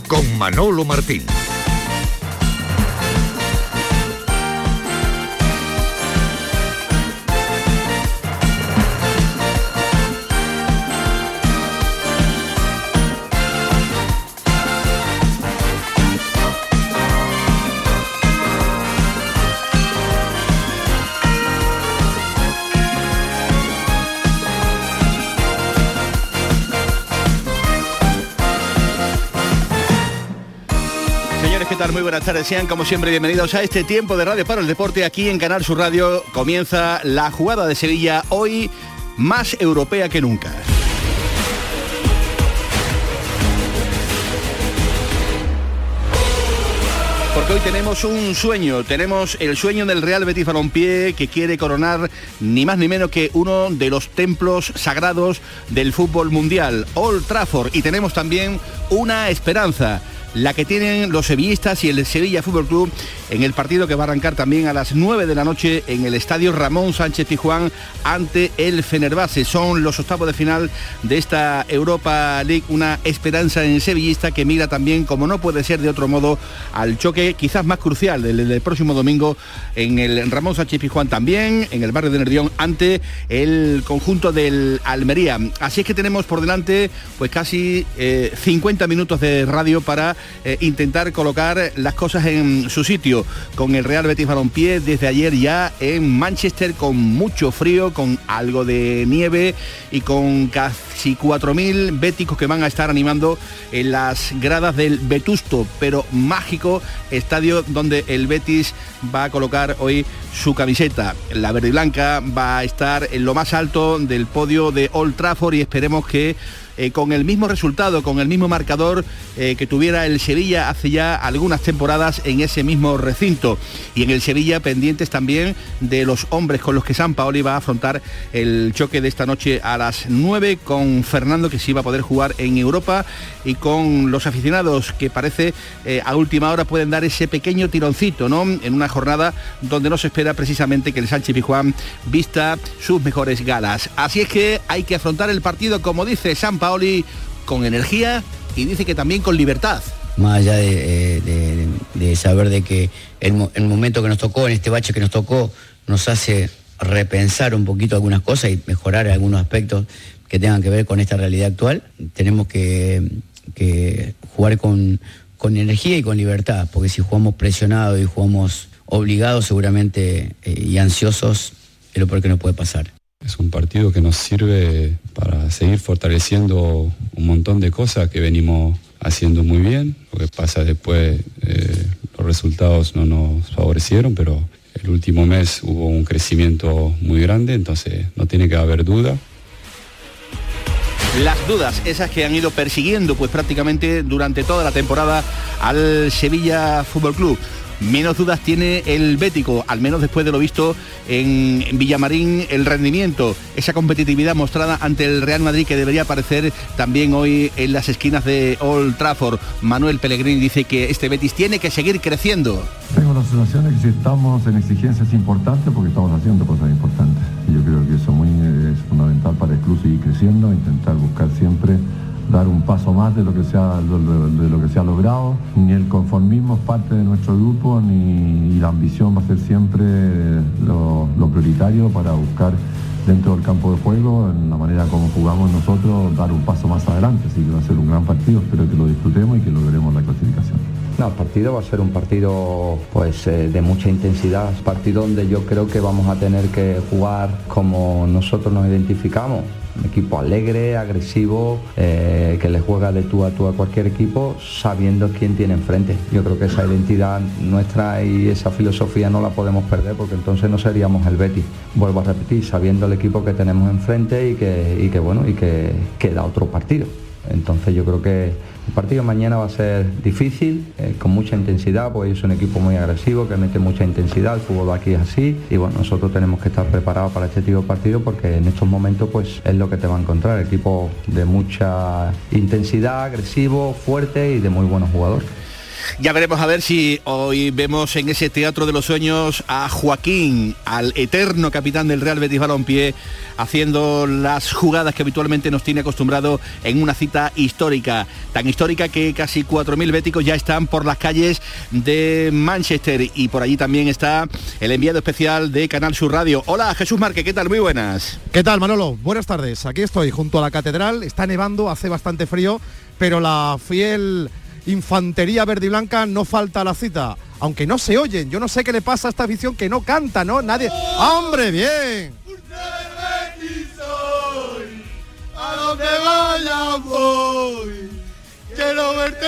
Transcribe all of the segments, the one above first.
con Manolo Martín. Muy buenas tardes, sean como siempre bienvenidos a este tiempo de Radio para el Deporte. Aquí en Canal Sur Radio comienza la jugada de Sevilla, hoy más europea que nunca. Porque hoy tenemos un sueño, tenemos el sueño del Real Betis Balompié, que quiere coronar ni más ni menos que uno de los templos sagrados del fútbol mundial, Old Trafford, y tenemos también una esperanza, la que tienen los sevillistas y el Sevilla Fútbol Club en el partido que va a arrancar también a las 9 de la noche en el estadio Ramón Sánchez Pizjuán ante el Fenerbahce. Son los octavos de final de esta Europa League, una esperanza en sevillista que mira también, como no puede ser de otro modo, al choque quizás más crucial del próximo domingo en el Ramón Sánchez Pizjuán, también en el barrio de Nervión, ante el conjunto del Almería. Así es que tenemos por delante pues casi 50 minutos de radio para intentar colocar las cosas en su sitio, con el Real Betis Balompié desde ayer ya en Manchester, con mucho frío, con algo de nieve y con casi 4.000 béticos que van a estar animando en las gradas del vetusto pero mágico estadio donde el Betis va a colocar hoy su camiseta. La verde y blanca va a estar en lo más alto del podio de Old Trafford y esperemos que con el mismo resultado, con el mismo marcador que tuviera el Sevilla hace ya algunas temporadas en ese mismo recinto. Y en el Sevilla pendientes también de los hombres con los que Sampaoli va a afrontar el choque de esta noche a las 9 con Fernando, que sí va a poder jugar en Europa, y con los aficionados que parece a última hora pueden dar ese pequeño tironcito, ¿no? En una jornada donde no se espera precisamente que el Sánchez Pizjuán vista sus mejores galas. Así es que hay que afrontar el partido, como dice Sampaoli, con energía y dice que también con libertad. Más allá de saber de que el momento que nos tocó, en este bache que nos tocó, nos hace repensar un poquito algunas cosas y mejorar algunos aspectos que tengan que ver con esta realidad actual, tenemos que jugar con energía y con libertad, porque si jugamos presionados y jugamos obligados seguramente y ansiosos, es lo peor que nos puede pasar. Es un partido que nos sirve para seguir fortaleciendo un montón de cosas que venimos haciendo muy bien. Lo que pasa después, los resultados no nos favorecieron, pero el último mes hubo un crecimiento muy grande, entonces no tiene que haber duda. Las dudas, esas que han ido persiguiendo pues prácticamente durante toda la temporada al Sevilla Fútbol Club. Menos dudas tiene el bético, al menos después de lo visto en Villamarín, el rendimiento, esa competitividad mostrada ante el Real Madrid que debería aparecer también hoy en las esquinas de Old Trafford. Manuel Pellegrini dice que este Betis tiene que seguir creciendo. Tengo la sensación de que si estamos en exigencias importantes, porque estamos haciendo cosas importantes. Y yo creo que eso es fundamental para el club seguir creciendo, intentar buscar siempre dar un paso más de lo que se ha logrado. Ni el conformismo es parte de nuestro grupo, ni la ambición va a ser siempre lo prioritario para buscar dentro del campo de juego, en la manera como jugamos nosotros, dar un paso más adelante. Así que va a ser un gran partido, espero que lo disfrutemos y que logremos la clasificación. No, el partido va a ser un partido pues de mucha intensidad, partido donde yo creo que vamos a tener que jugar como nosotros nos identificamos. Un equipo alegre, agresivo, que le juega de tú a cualquier equipo, sabiendo quién tiene enfrente. Yo creo que esa identidad nuestra y esa filosofía no la podemos perder, porque entonces no seríamos el Betis. Vuelvo a repetir, sabiendo el equipo que tenemos enfrente y que da otro partido. Entonces yo creo que el partido mañana va a ser difícil, con mucha intensidad, porque es un equipo muy agresivo, que mete mucha intensidad, el fútbol aquí es así, y bueno, nosotros tenemos que estar preparados para este tipo de partido, porque en estos momentos pues es lo que te va a encontrar, equipo de mucha intensidad, agresivo, fuerte y de muy buenos jugadores. Ya veremos a ver si hoy vemos en ese Teatro de los Sueños a Joaquín, al eterno capitán del Real Betis Balompié, haciendo las jugadas que habitualmente nos tiene acostumbrado en una cita histórica, tan histórica que casi 4.000 béticos ya están por las calles de Manchester, y por allí también está el enviado especial de Canal Sur Radio. Hola, Jesús Márquez, ¿qué tal? Muy buenas. ¿Qué tal, Manolo? Buenas tardes. Aquí estoy junto a la catedral, está nevando, hace bastante frío, pero la fiel infantería verde y blanca no falta a la cita, aunque no se oyen. Yo no sé qué le pasa a esta afición que no canta, ¿no? Nadie... ¡Hombre, bien! A donde vaya voy, quiero verte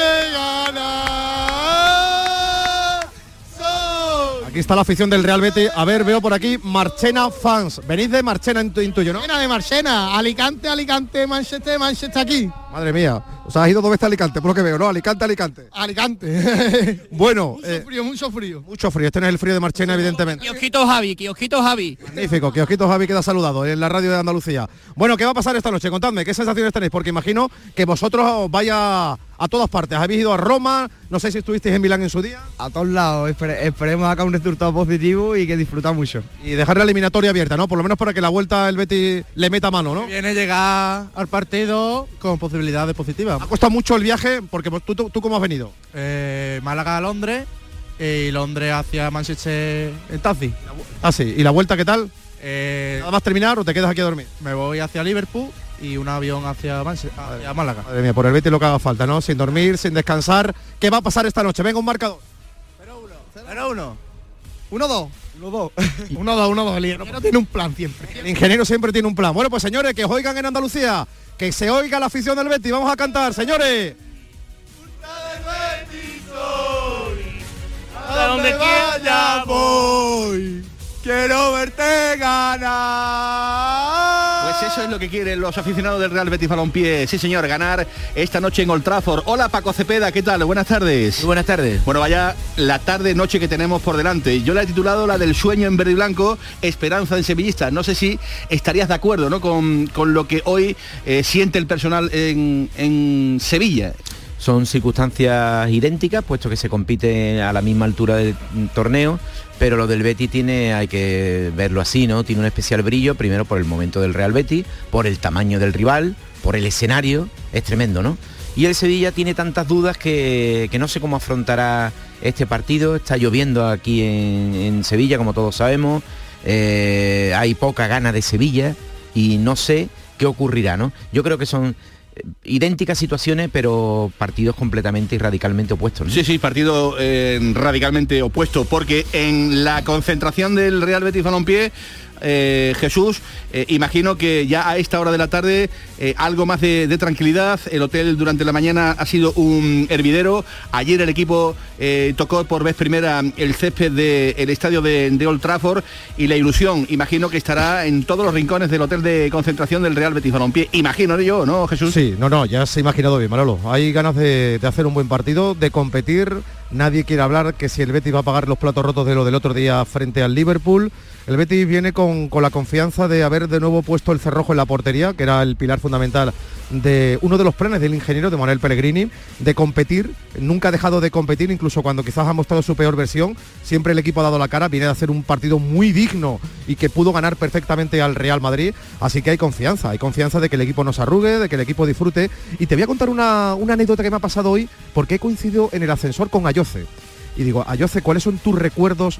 ganar. Aquí está la afición del Real Betis. A ver, veo por aquí Marchena fans. Venís de Marchena, intuyo, ¿no? De Marchena, Alicante, Manchester, aquí. Madre mía, o sea, has ido 2 veces a Alicante, por lo que veo, ¿no? Alicante. Bueno, mucho frío. Mucho frío, este no es el frío de Marchena, evidentemente. Kiosquito Javi. Magnífico, Kiosquito Javi queda saludado en la radio de Andalucía. Bueno, ¿qué va a pasar esta noche? Contadme, ¿qué sensaciones tenéis? Porque imagino que vosotros vaya a todas partes. Habéis ido a Roma, no sé si estuvisteis en Milán en su día. A todos lados, esperemos acá un resultado positivo y que disfruta mucho. Y dejar la eliminatoria abierta, ¿no? Por lo menos para que la vuelta el Betis le meta mano, ¿no? Viene llegar al partido con posibilidades positivas. ¿Ha costado mucho el viaje? Porque tú ¿cómo has venido? Málaga a Londres y Londres hacia Manchester en taxi. Ah, sí. ¿Y la vuelta qué tal? ¿Nada más terminar o te quedas aquí a dormir? Me voy hacia Liverpool y un avión hacia Málaga. Madre mía, por el Betis lo que haga falta, ¿no? Sin dormir, sin descansar. ¿Qué va a pasar esta noche? Venga, un marcador. 0-1. 1-2. 1-2. El ingeniero tiene un plan siempre. El ingeniero siempre tiene un plan. Bueno, pues señores, que os oigan en Andalucía, que se oiga la afición del Betis. Vamos a cantar, señores. A donde vaya voy, quiero verte ganar. Pues eso es lo que quieren los aficionados del Real Betis Balompié. Sí, señor, ganar esta noche en Old Trafford. Hola, Paco Cepeda, ¿qué tal? Buenas tardes. Muy buenas tardes. Bueno, vaya la tarde-noche que tenemos por delante. Yo la he titulado la del sueño en verde y blanco, esperanza en sevillista. No sé si estarías de acuerdo, ¿no?, con lo que hoy siente el personal en Sevilla. Son circunstancias idénticas, puesto que se compite a la misma altura del torneo, pero lo del Betis hay que verlo así, ¿no? Tiene un especial brillo, primero por el momento del Real Betis, por el tamaño del rival, por el escenario, es tremendo, ¿no? Y el Sevilla tiene tantas dudas que no sé cómo afrontará este partido. Está lloviendo aquí en Sevilla, como todos sabemos, hay poca gana de Sevilla y no sé qué ocurrirá, ¿no? Yo creo que son idénticas situaciones, pero partidos completamente y radicalmente opuestos, ¿no? Sí, partido radicalmente opuesto, porque en la concentración del Real Betis Balompié, Jesús, imagino que ya a esta hora de la tarde algo más de tranquilidad. El hotel durante la mañana ha sido un hervidero. Ayer el equipo tocó por vez primera el césped del estadio de Old Trafford, y la ilusión, imagino que estará en todos los rincones del hotel de concentración del Real Betis Balompié. Imagino yo, ¿no, Jesús? Sí, no, ya se ha imaginado bien, Manolo. Hay ganas de hacer un buen partido, de competir. Nadie quiere hablar que si el Betis va a pagar los platos rotos de lo del otro día frente al Liverpool. El Betis viene con la confianza de haber de nuevo puesto el cerrojo en la portería, que era el pilar fundamental de uno de los planes del ingeniero, de Manuel Pellegrini, de competir. Nunca ha dejado de competir, incluso cuando quizás ha mostrado su peor versión. Siempre el equipo ha dado la cara, viene a hacer un partido muy digno y que pudo ganar perfectamente al Real Madrid. Así que hay confianza de que el equipo no se arrugue, de que el equipo disfrute. Y te voy a contar una anécdota que me ha pasado hoy, porque he coincidido en el ascensor con Ayoce. Y digo, Ayoce, ¿cuáles son tus recuerdos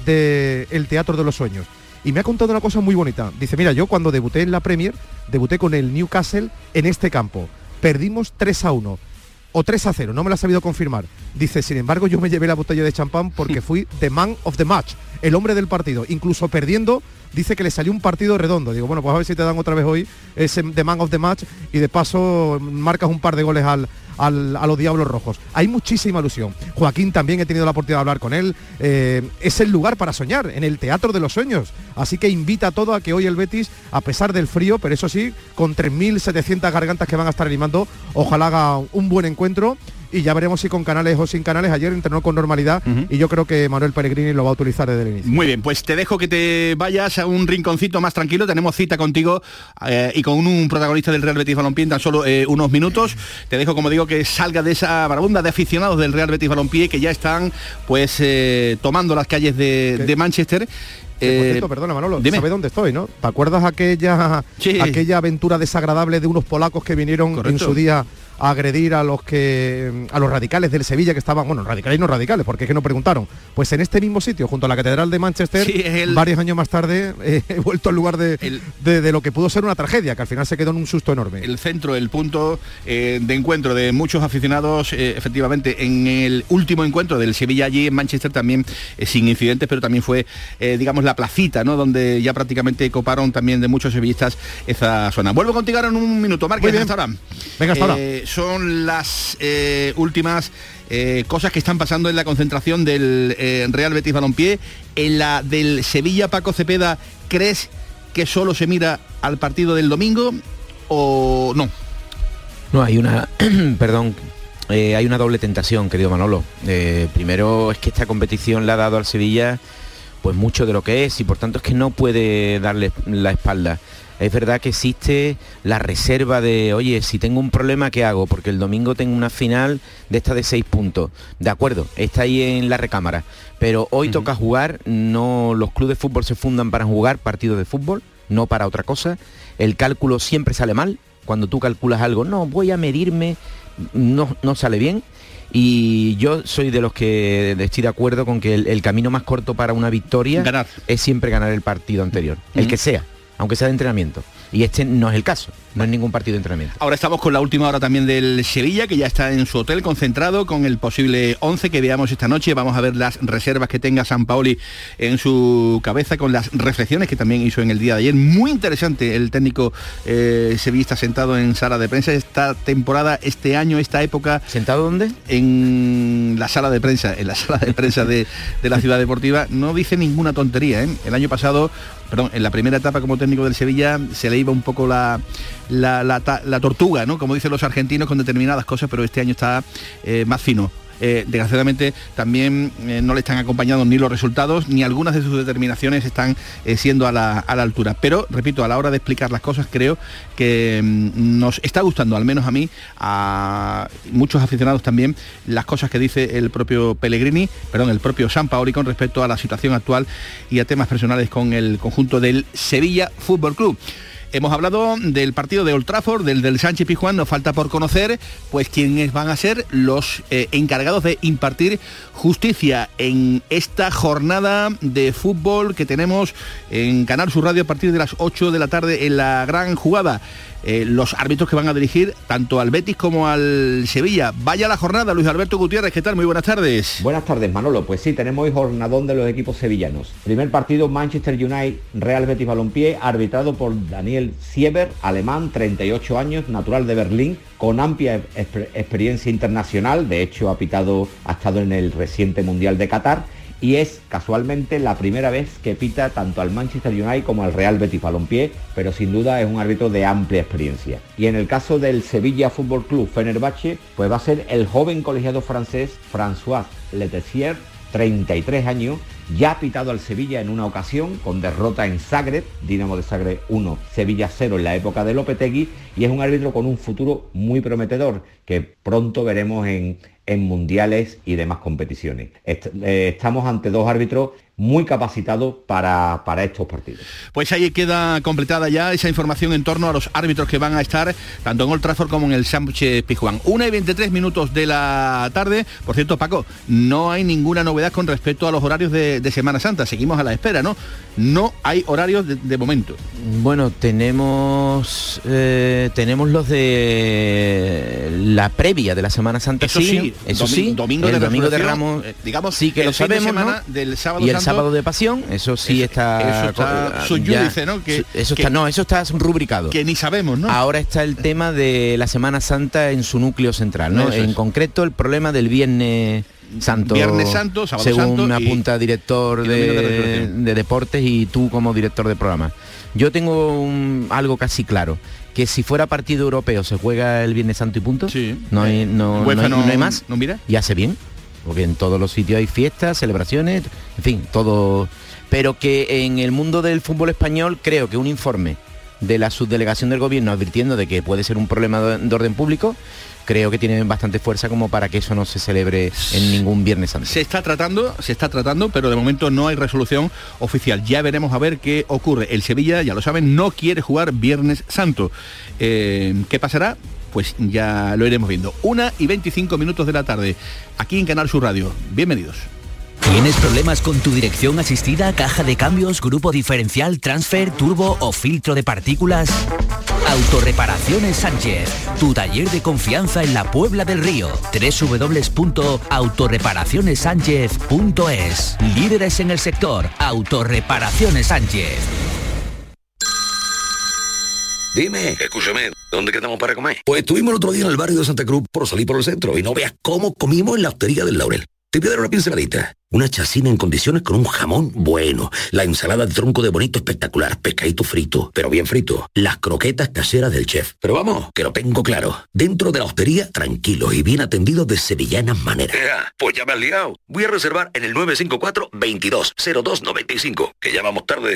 del Teatro de los Sueños? Y me ha contado una cosa muy bonita. Dice, mira, yo cuando debuté en la Premier, debuté con el Newcastle en este campo. Perdimos 3-1 o 3-0, no me lo ha sabido confirmar. Dice, sin embargo, yo me llevé la botella de champán porque fui the man of the match, el hombre del partido. Incluso perdiendo, dice que le salió un partido redondo. Digo, bueno, pues a ver si te dan otra vez hoy ese the man of the match y de paso marcas un par de goles a los Diablos Rojos. Hay muchísima ilusión. Joaquín, también he tenido la oportunidad de hablar con él. Es el lugar para soñar, en el Teatro de los Sueños. Así que invita a todo a que hoy el Betis, a pesar del frío, pero eso sí, con 3.700 gargantas que van a estar animando, ojalá haga un buen encuentro y ya veremos si con canales o sin canales. Ayer entrenó con normalidad y yo creo que Manuel Pellegrini lo va a utilizar desde el inicio. Muy bien, pues te dejo que te vayas a un rinconcito más tranquilo. Tenemos cita contigo y con un protagonista del Real Betis Balompié en tan solo unos minutos. Te dejo, como digo, que salga de esa barabunda de aficionados del Real Betis Balompié que ya están pues tomando las calles de Manchester. Por cierto, perdona Manolo, dime. ¿sabe dónde estoy, no? ¿Te acuerdas aquella aventura desagradable de unos polacos que vinieron en su día a agredir a los radicales del Sevilla que estaban, bueno, radicales y no radicales, porque es que no preguntaron? Pues en este mismo sitio, junto a la Catedral de Manchester, varios años más tarde, he vuelto al lugar de lo que pudo ser una tragedia, que al final se quedó en un susto enorme. El centro, el punto de encuentro de muchos aficionados, efectivamente, en el último encuentro del Sevilla allí en Manchester, también sin incidentes, pero también fue, digamos, la placita, ¿no?, donde ya prácticamente coparon también de muchos sevillistas esa zona. Vuelvo contigo ahora en un minuto, Márquez, hasta ahora. Venga, hasta ahora. Son las últimas cosas que están pasando en la concentración del Real Betis Balompié. En la del Sevilla, Paco Cepeda, ¿crees que solo se mira al partido del domingo o no? No, hay una perdón, hay una doble tentación, querido Manolo. Primero es que esta competición le ha dado al Sevilla pues mucho de lo que es, y por tanto es que no puede darle la espalda. Es verdad que existe la reserva de, oye, si tengo un problema, ¿qué hago? Porque el domingo tengo una final de esta de 6 puntos. De acuerdo, está ahí en la recámara. Pero hoy toca jugar, no, los clubes de fútbol se fundan para jugar partidos de fútbol, no para otra cosa. El cálculo siempre sale mal. Cuando tú calculas algo, no, voy a medirme, no sale bien. Y yo soy de los que estoy de acuerdo con que el camino más corto para una victoria es siempre ganar el partido anterior, el que sea, aunque sea de entrenamiento. Y este no es el caso, no es ningún partido de entrenamiento. Ahora estamos con la última hora también del Sevilla, que ya está en su hotel concentrado con el posible 11 que veamos esta noche. Vamos a ver las reservas que tenga Sampaoli en su cabeza, con las reflexiones que también hizo en el día de ayer. Muy interesante el técnico sevillista sentado en sala de prensa. Esta temporada, este año, esta época... ¿Sentado dónde? En la sala de prensa, de la Ciudad Deportiva. No dice ninguna tontería, ¿eh? El año pasado, en la primera etapa como técnico del Sevilla se le iba un poco la tortuga, ¿no?, como dicen los argentinos, con determinadas cosas, pero este año está más fino. Desgraciadamente también no le están acompañando ni los resultados ni algunas de sus determinaciones están siendo a la altura, pero repito, a la hora de explicar las cosas creo que nos está gustando, al menos a mí, a muchos aficionados también, las cosas que dice el propio el propio Sampaoli con respecto a la situación actual y a temas personales con el conjunto del Sevilla Fútbol Club. Hemos hablado del partido de Old Trafford, del Sánchez Pizjuán. Nos falta por conocer pues quiénes van a ser los encargados de impartir justicia en esta jornada de fútbol que tenemos en Canal Sur Radio a partir de las 8 de la tarde en la gran jugada. Los árbitros que van a dirigir tanto al Betis como al Sevilla. Vaya la jornada, Luis Alberto Gutiérrez, ¿qué tal? Muy buenas tardes. Buenas tardes, Manolo. Pues sí, tenemos hoy jornadón de los equipos sevillanos. Primer partido, Manchester United, Real Betis Balompié, arbitrado por Daniel Sieber, alemán, 38 años, natural de Berlín, con amplia experiencia internacional. De hecho, ha estado en el reciente Mundial de Qatar. Y es casualmente la primera vez que pita tanto al Manchester United como al Real Betis Balompié, pero sin duda es un árbitro de amplia experiencia. Y en el caso del Sevilla Fútbol Club Fenerbahce, pues va a ser el joven colegiado francés François Letessier, 33 años, ya ha pitado al Sevilla en una ocasión con derrota en Zagreb, Dinamo de Zagreb 1, Sevilla 0 en la época de Lopetegui, y es un árbitro con un futuro muy prometedor que pronto veremos en mundiales y demás competiciones. Estamos ante dos árbitros muy capacitados para estos partidos. Pues ahí queda completada ya esa información en torno a los árbitros que van a estar tanto en Old Trafford como en el Sánchez Pizjuán. 1:23 de la tarde. Por cierto, Paco, no hay ninguna novedad con respecto a los horarios de Semana Santa. Seguimos a la espera, ¿no? No hay horarios de momento. Bueno, tenemos los de la previa de la Semana Santa. Eso sí, domingo de Ramos, digamos, sí que lo sabemos, de ¿no? Del sábado y el Santo, sábado de Pasión, eso sí está subyúdice, ¿no? Eso está rubricado. Que ni sabemos, ¿no? Ahora está el tema de la Semana Santa en su núcleo central, ¿no? En concreto el problema del viernes Santo, Viernes Santo, Sábado según Santo, apunta director de deportes y tú como director de programa. Yo tengo algo casi claro, que si fuera partido europeo se juega el Viernes Santo y punto, sí. no hay más, ¿no mira? Y hace bien, porque en todos los sitios hay fiestas, celebraciones, en fin, todo. Pero que en el mundo del fútbol español creo que un informe de la subdelegación del gobierno advirtiendo de que puede ser un problema de orden público, creo que tiene bastante fuerza como para que eso no se celebre en ningún Viernes Santo. Se está tratando, pero de momento no hay resolución oficial. Ya veremos a ver qué ocurre. El Sevilla, ya lo saben, no quiere jugar Viernes Santo. ¿Qué pasará? Pues ya lo iremos viendo. 1:25 de la tarde, aquí en Canal Sur Radio. Bienvenidos. ¿Tienes problemas con tu dirección asistida, caja de cambios, grupo diferencial, transfer, turbo o filtro de partículas? Autorreparaciones Sánchez, tu taller de confianza en la Puebla del Río. www.autorreparacionessánchez.es. Líderes en el sector. Autorreparaciones Sánchez. Dime, escúchame, ¿dónde quedamos para comer? Pues estuvimos el otro día en el barrio de Santa Cruz por salir por el centro y no veas cómo comimos en la Hostería del Laurel. Te voy a dar una pinceladita. Una chacina en condiciones con un jamón bueno. La ensalada de tronco de bonito espectacular. Pescadito frito, pero bien frito. Las croquetas caseras del chef. Pero vamos, que lo tengo claro. Dentro de la hostería, tranquilos y bien atendidos de sevillanas maneras. Pues ya me has liado. Voy a reservar en el 954 22 02 95. Que ya vamos tarde.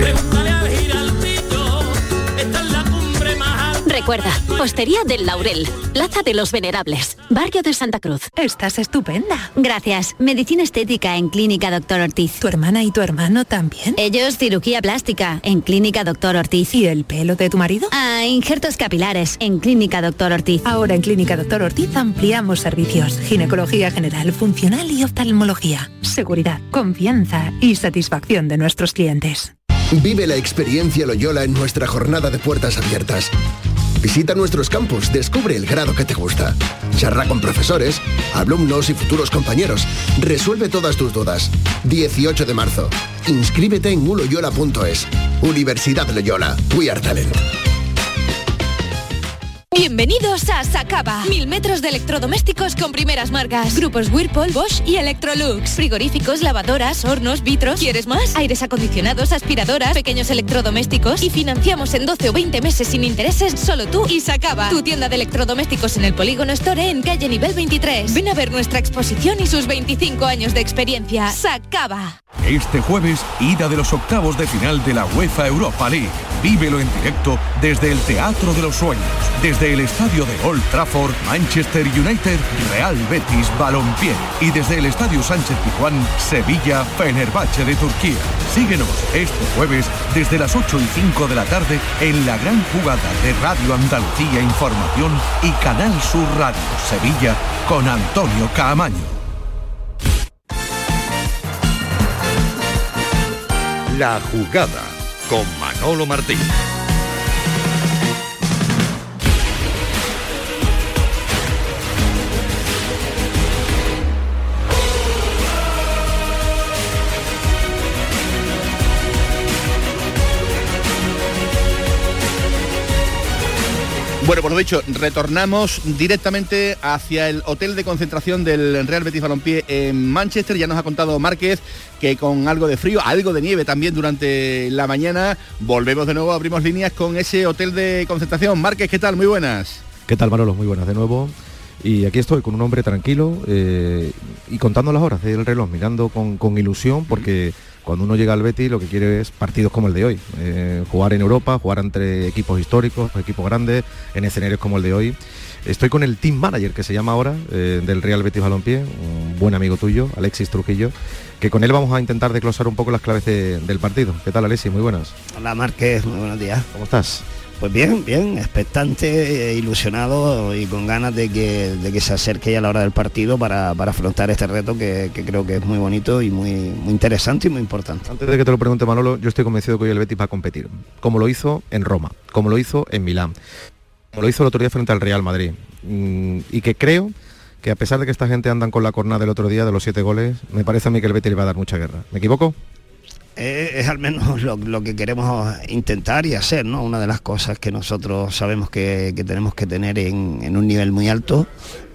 Recuerda, Hostería del Laurel, Plaza de los Venerables, Barrio de Santa Cruz. Estás estupenda. Gracias. Medicina estética en Clínica Doctor Ortiz. ¿Tu hermana y tu hermano también? Ellos cirugía plástica en Clínica Doctor Ortiz. ¿Y el pelo de tu marido? Injertos capilares en Clínica Doctor Ortiz. Ahora en Clínica Doctor Ortiz ampliamos servicios. Ginecología general, funcional y oftalmología. Seguridad, confianza y satisfacción de nuestros clientes. Vive la experiencia Loyola en nuestra jornada de puertas abiertas. Visita nuestros campus, descubre el grado que te gusta. Charla con profesores, alumnos y futuros compañeros. Resuelve todas tus dudas. 18 de marzo. Inscríbete en uloyola.es. Universidad Loyola. We are talent. Bienvenidos a Sacaba. 1000 metros de electrodomésticos con primeras marcas. Grupos Whirlpool, Bosch y Electrolux. Frigoríficos, lavadoras, hornos, vitros. ¿Quieres más? Aires acondicionados, aspiradoras, pequeños electrodomésticos. Y financiamos en 12 o 20 meses sin intereses solo tú y Sacaba. Tu tienda de electrodomésticos en el Polígono Store en calle nivel 23. Ven a ver nuestra exposición y sus 25 años de experiencia. Sacaba. Este jueves, ida de los octavos de final de la UEFA Europa League. Vívelo en directo desde el Teatro de los Sueños, desde el estadio de Old Trafford, Manchester United, Real Betis Balompié y desde el estadio Sánchez Pizjuán, Sevilla Fenerbahce de Turquía. Síguenos este jueves desde las 8:05 de la tarde en la gran jugada de Radio Andalucía Información y Canal Sur Radio Sevilla con Antonio Caamaño. La jugada con Manolo Martín. Bueno, por lo dicho, retornamos directamente hacia el hotel de concentración del Real Betis Balompié en Manchester. Ya nos ha contado Márquez que con algo de frío, algo de nieve también durante la mañana, volvemos de nuevo, abrimos líneas con ese hotel de concentración. Márquez, ¿qué tal? Muy buenas. ¿Qué tal, Manolo? Muy buenas de nuevo. Y aquí estoy con un hombre tranquilo y contando las horas del reloj, mirando con ilusión, porque cuando uno llega al Betis lo que quiere es partidos como el de hoy, jugar en Europa, jugar entre equipos históricos, equipos grandes, en escenarios como el de hoy. Estoy con el team manager, que se llama ahora, del Real Betis Balompié, un buen amigo tuyo, Alexis Trujillo, que con él vamos a intentar desglosar un poco las claves del partido. ¿Qué tal, Alexis? Muy buenas. Hola, Márquez, muy buenos días. ¿Cómo estás? Pues bien, expectante, ilusionado y con ganas de que se acerque ya la hora del partido para afrontar este reto que creo que es muy bonito y muy interesante y muy importante. Antes de que te lo pregunte, Manolo, yo estoy convencido de que hoy el Betis va a competir, como lo hizo en Roma, como lo hizo en Milán, como lo hizo el otro día frente al Real Madrid, y que creo que a pesar de que esta gente andan con la cornada del otro día de los 7 goles, me parece a mí que el Betis le va a dar mucha guerra. ¿Me equivoco? Es al menos lo que queremos intentar y hacer, ¿no? Una de las cosas que nosotros sabemos que tenemos que tener en un nivel muy alto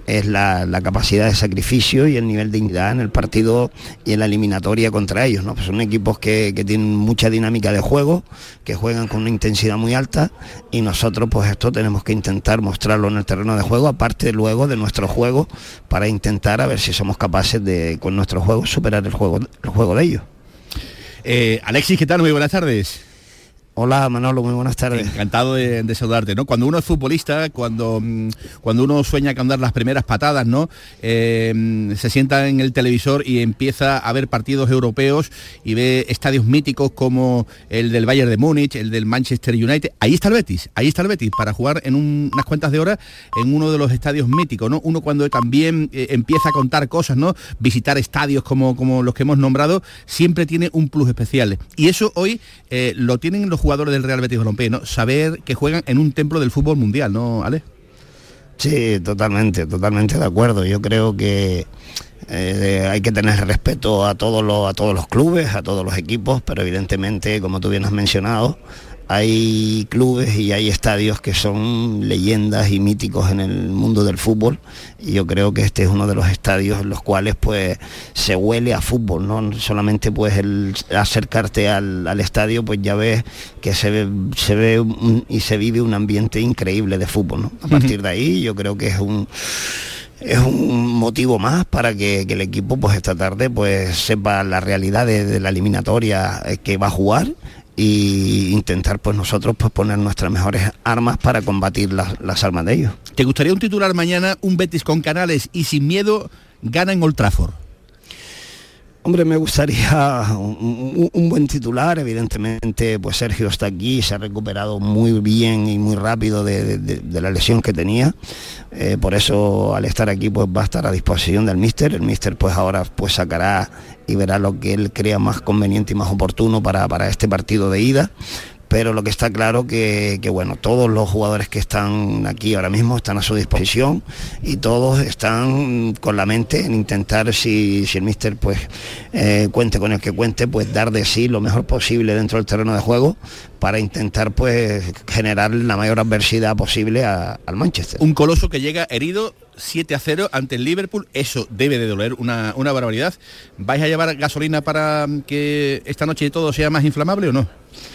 es la capacidad de sacrificio y el nivel de dignidad en el partido y en la eliminatoria contra ellos, ¿no? Pues son equipos que tienen mucha dinámica de juego, que juegan con una intensidad muy alta, y nosotros pues esto tenemos que intentar mostrarlo en el terreno de juego, aparte luego de nuestro juego, para intentar a ver si somos capaces de, con nuestro juego, superar el juego de ellos. Alexis, ¿qué tal? Muy buenas tardes. Hola Manolo, muy buenas tardes. Encantado de saludarte, ¿no? Cuando uno es futbolista, cuando uno sueña con dar las primeras patadas, ¿no? Se sienta en el televisor y empieza a ver partidos europeos y ve estadios míticos como el del Bayern de Múnich, el del Manchester United. Ahí está el Betis para jugar en unas cuantas de horas en uno de los estadios míticos, ¿no? Uno cuando también empieza a contar cosas, ¿no? Visitar estadios como los que hemos nombrado, siempre tiene un plus especial. Y eso hoy lo tienen los jugadores del Real Betis Balompié, ¿no? Saber que juegan en un templo del fútbol mundial, ¿no, Ale? Sí, totalmente de acuerdo. Yo creo que hay que tener respeto a todos los clubes, a todos los equipos, pero evidentemente, como tú bien has mencionado, hay clubes y hay estadios que son leyendas y míticos en el mundo del fútbol, y yo creo que este es uno de los estadios en los cuales pues se huele a fútbol, no solamente pues el acercarte al estadio, pues ya ves que se ve y se vive un ambiente increíble de fútbol, ¿no? A partir de ahí yo creo que es un motivo más para que el equipo pues esta tarde pues sepa la realidad de la eliminatoria que va a jugar, y intentar pues nosotros pues poner nuestras mejores armas para combatir las armas de ellos. ¿Te gustaría un titular mañana, un Betis con Canales y sin miedo gana en Old Trafford? Hombre, me gustaría un buen titular. Evidentemente pues Sergio está aquí, se ha recuperado muy bien y muy rápido de la lesión que tenía, por eso al estar aquí pues va a estar a disposición del míster. El míster pues ahora pues sacará y verá lo que él crea más conveniente y más oportuno para este partido de ida. Pero lo que está claro que bueno, todos los jugadores que están aquí ahora mismo están a su disposición, y todos están con la mente en intentar, si el míster pues cuente con el que cuente, pues dar de sí lo mejor posible dentro del terreno de juego, para intentar pues generar la mayor adversidad posible al Manchester. Un Coloso que llega herido 7-0 ante el Liverpool, eso debe de doler una barbaridad. ¿Vais a llevar gasolina para que esta noche todo sea más inflamable o no?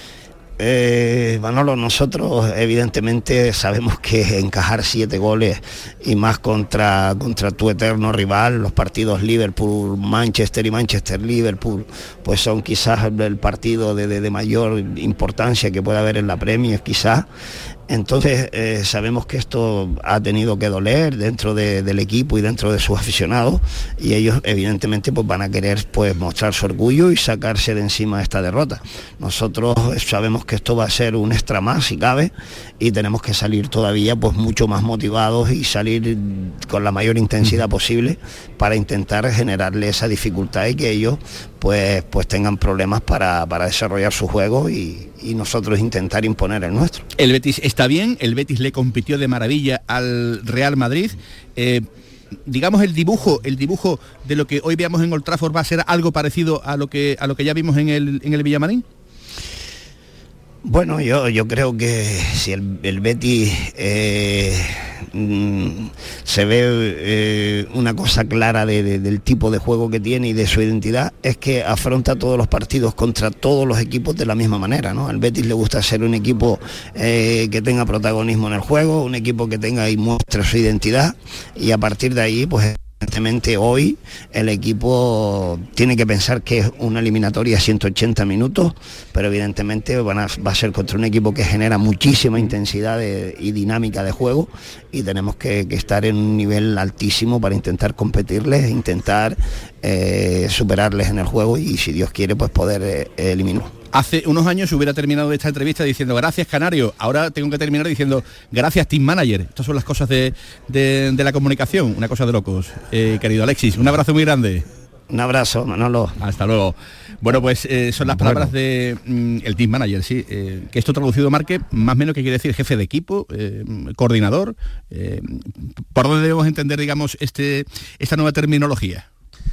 Manolo, nosotros evidentemente sabemos que encajar 7 goles y más contra tu eterno rival, los partidos Liverpool-Manchester y Manchester-Liverpool, pues son quizás el partido de mayor importancia que pueda haber en la Premier, quizás. Entonces sabemos que esto ha tenido que doler dentro del equipo y dentro de sus aficionados, y ellos evidentemente pues van a querer pues mostrar su orgullo y sacarse de encima esta derrota. Nosotros sabemos que esto va a ser un extra más si cabe, y tenemos que salir todavía pues mucho más motivados y salir con la mayor intensidad posible para intentar generarle esa dificultad y que ellos pues tengan problemas para desarrollar su juego y nosotros intentar imponer el nuestro. El Betis está bien, el Betis le compitió de maravilla al Real Madrid. Digamos el dibujo de lo que hoy veamos en Old Trafford va a ser algo parecido a lo que ya vimos en el Villamarín. Bueno, yo creo que si el Betis se ve una cosa clara del tipo de juego que tiene y de su identidad, es que afronta todos los partidos contra todos los equipos de la misma manera, ¿no? Al Betis le gusta ser un equipo que tenga protagonismo en el juego, un equipo que tenga y muestre su identidad, y a partir de ahí pues evidentemente hoy el equipo tiene que pensar que es una eliminatoria a 180 minutos, pero evidentemente va a ser contra un equipo que genera muchísima intensidad y dinámica de juego, y tenemos que estar en un nivel altísimo para intentar competirles, intentar superarles en el juego y, si Dios quiere, pues poder eliminarlos. Hace unos años hubiera terminado esta entrevista diciendo gracias Canario, ahora tengo que terminar diciendo gracias Team Manager. Estas son las cosas de la comunicación, una cosa de locos. Querido Alexis, un abrazo muy grande. Un abrazo, Manolo. Hasta luego. Bueno, pues son las palabras de el Team Manager, sí. Que esto traducido, Marque, más o menos que quiere decir jefe de equipo, coordinador. ¿Por dónde debemos entender, digamos, esta nueva terminología?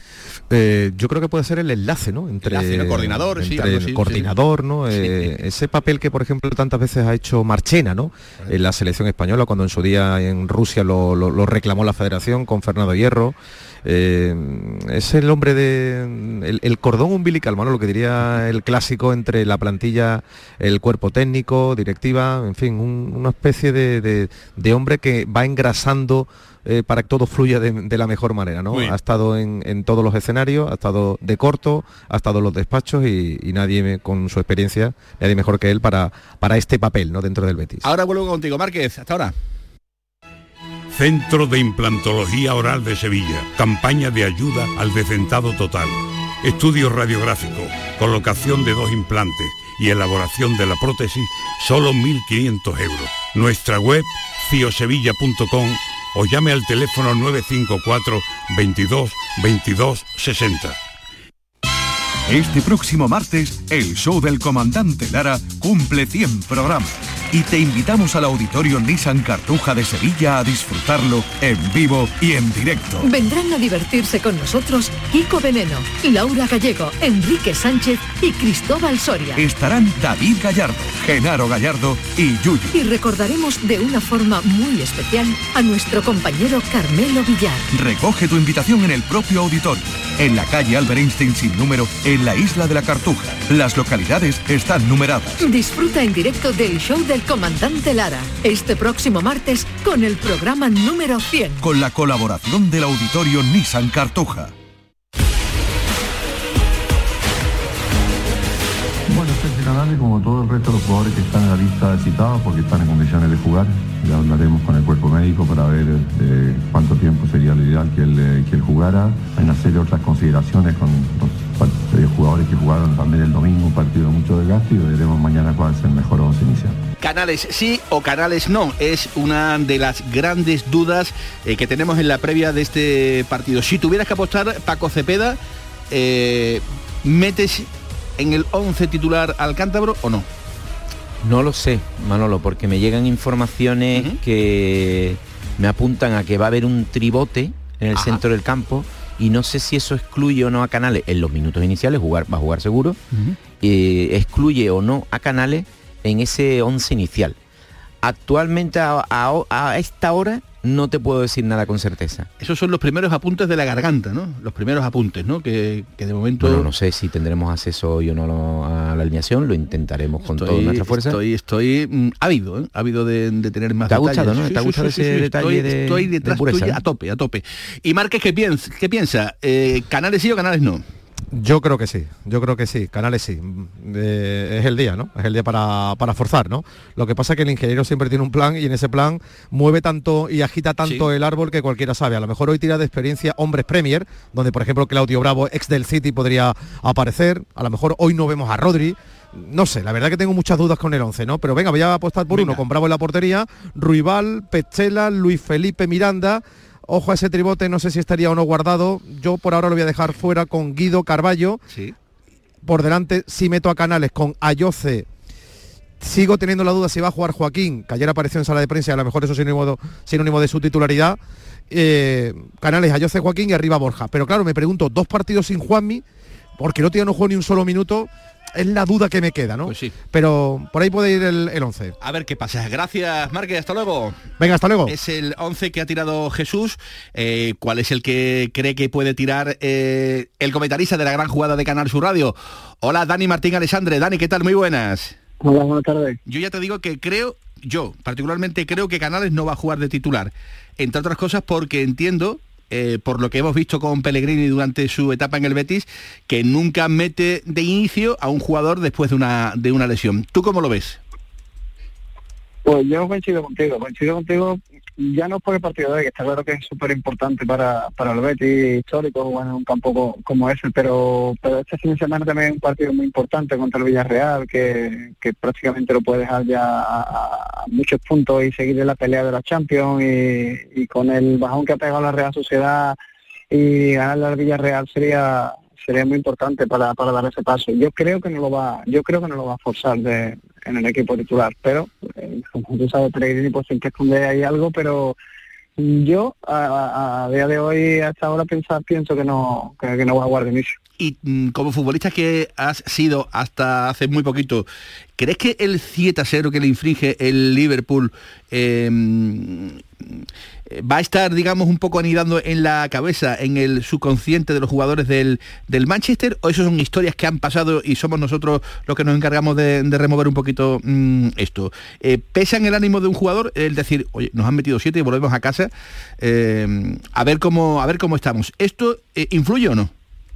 Yo creo que puede ser el enlace, ¿no? Entre el coordinador, entre sí, algo el así, coordinador, ¿no? Sí. Ese papel que, por ejemplo, tantas veces ha hecho Marchena, ¿no? En la selección española, cuando en su día en Rusia lo reclamó la Federación con Fernando Hierro. Es el hombre el cordón umbilical, mano, lo que diría el clásico entre la plantilla, el cuerpo técnico, directiva, en fin, una especie de hombre que va engrasando para que todo fluya de la mejor manera, ¿no? Ha estado en todos los escenarios, ha estado de corto, ha estado en los despachos y nadie con su experiencia, nadie mejor que él para este papel, ¿no? Dentro del Betis. Ahora vuelvo contigo, Márquez, hasta ahora. Centro de Implantología Oral de Sevilla. Campaña de ayuda al decentado total. Estudio radiográfico, colocación de 2 implantes y elaboración de la prótesis, solo 1.500 euros. Nuestra web, ciosevilla.com, o llame al teléfono 954 22 22 60. Este próximo martes, el show del Comandante Lara cumple 100 programas y te invitamos al Auditorio Nissan Cartuja de Sevilla a disfrutarlo en vivo y en directo. Vendrán a divertirse con nosotros Kiko Veneno, Laura Gallego, Enrique Sánchez y Cristóbal Soria. Estarán David Gallardo, Genaro Gallardo y Yuyu. Y recordaremos de una forma muy especial a nuestro compañero Carmelo Villar. Recoge tu invitación en el propio auditorio, en la calle Albert Einstein sin número, en la isla de la Cartuja. Las localidades están numeradas. Disfruta en directo del show del Comandante Lara, este próximo martes con el programa número 100. Con la colaboración del Auditorio Nissan Cartuja. Bueno, Sergio Canales, como todo el resto de los jugadores que están en la lista citados porque están en condiciones de jugar, ya hablaremos con el cuerpo médico para ver cuánto tiempo sería lo ideal que él jugara. Hay una serie de otras consideraciones con los jugadores que jugaron también el domingo, un partido de mucho desgaste, y veremos mañana cuál es el mejor 11 inicial. Canales sí o Canales no, es una de las grandes dudas que tenemos en la previa de este partido. Si tuvieras que apostar, Paco Cepeda, ¿metes en el 11 titular al cántabro o no? No lo sé, Manolo, porque me llegan informaciones que me apuntan a que va a haber un tribote en el centro del campo, y no sé si eso excluye o no a Canales en los minutos iniciales, va a jugar seguro, excluye o no a Canales en ese 11 inicial. Actualmente a esta hora no te puedo decir nada con certeza. Esos son los primeros apuntes de la garganta, ¿no? Los primeros apuntes, ¿no? Que de momento... Bueno, no sé si tendremos acceso hoy o no a la alineación, lo intentaremos con toda nuestra fuerza. Estoy ávido, ávido de tener más detalles. ¿Te ha gustado, no? ¿Te ha gustado ese detalle estoy detrás tuya a tope. ¿Y Márquez qué piensa? ¿Canales sí o Canales no? Yo creo que sí, Canales sí. Es el día, ¿no? Es el día para forzar, ¿no? Lo que pasa es que el ingeniero siempre tiene un plan, y en ese plan mueve tanto y agita tanto el árbol que cualquiera sabe. A lo mejor hoy tira de experiencia hombres Premier, donde por ejemplo Claudio Bravo, ex del City, podría aparecer. A lo mejor hoy no vemos a Rodri. No sé, la verdad que tengo muchas dudas con el 11, ¿no? Pero venga, voy a apostar por uno, con Bravo en la portería, Ruibal, Petzela, Luis Felipe Miranda. Ojo a ese tribote, no sé si estaría o no guardado. Yo por ahora lo voy a dejar fuera con Guido Carballo. Sí. Por delante sí meto a Canales con Ayoce. Sigo teniendo la duda si va a jugar Joaquín, que ayer apareció en sala de prensa, y a lo mejor eso es sinónimo de su titularidad. Canales, Ayoce, Joaquín y arriba Borja. Pero claro, me pregunto, 2 partidos sin Juanmi, porque el otro día no jugó ni un solo minuto. Es la duda que me queda, ¿no? Pues sí. Pero por ahí puede ir el 11. A ver qué pasa. Gracias, Márquez. Hasta luego. Venga, hasta luego. Es el 11 que ha tirado Jesús. ¿Cuál es el que cree que puede tirar el comentarista de la gran jugada de Canal Sur Radio? Hola, Dani Martín Alessandre. Dani, ¿qué tal? Muy buenas. Hola, buenas tardes. Yo ya te digo que yo particularmente creo que Canales no va a jugar de titular. Entre otras cosas porque entiendo... por lo que hemos visto con Pellegrini durante su etapa en el Betis, que nunca mete de inicio a un jugador después de una lesión. ¿Tú cómo lo ves? Pues yo coincido contigo, ya no por el partido de hoy, que está claro que es súper importante para el Betis histórico, jugar en un campo como ese, pero este fin de semana también es un partido muy importante contra el Villarreal, que prácticamente lo puede dejar ya a muchos puntos y seguir en la pelea de la Champions, y con el bajón que ha pegado la Real Sociedad, y ganarle al Villarreal sería muy importante para dar ese paso. Yo creo que no lo va a forzar en el equipo titular, pero como tú sabes, Pellegrini pues siempre esconde ahí algo, pero Yo a día de hoy, hasta ahora, pienso que no va a jugar de inicio. Y como futbolista que has sido hasta hace muy poquito, ¿crees que el 7-0 que le infringe el Liverpool va a estar, digamos, un poco anidando en la cabeza, en el subconsciente de los jugadores del Manchester, o eso son historias que han pasado y somos nosotros los que nos encargamos de remover un poquito esto? ¿Pesa en el ánimo de un jugador el decir, oye, nos han metido 7 y volvemos a casa, a ver cómo estamos? ¿Esto influye o no?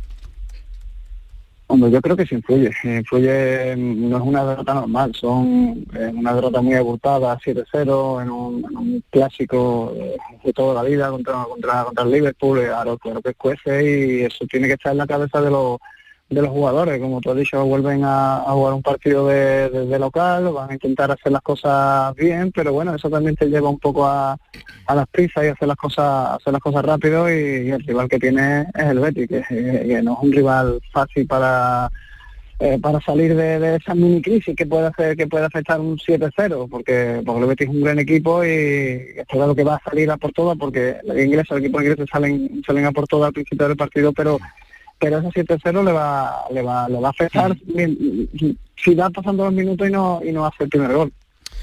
Hombre, yo creo que sí influye, no es una derrota normal, es una derrota muy abultada, 7-0, en un clásico de toda la vida contra el Liverpool, claro que cuece, y eso tiene que estar en la cabeza de los jugadores. Como tú has dicho, vuelven a jugar un partido de local, van a intentar hacer las cosas bien, pero bueno, eso también te lleva un poco a las prisas y hacer las cosas rápido, y el rival que tiene es el Betis, que no es un rival fácil para salir de esa mini crisis que puede afectar un 7-0, porque el Betis es un gran equipo y está claro que va a salir a por todas, porque los equipos ingleses salen a por todas al principio del partido, pero ese 7-0 le va a afectar si va pasando los minutos y no hace el primer gol.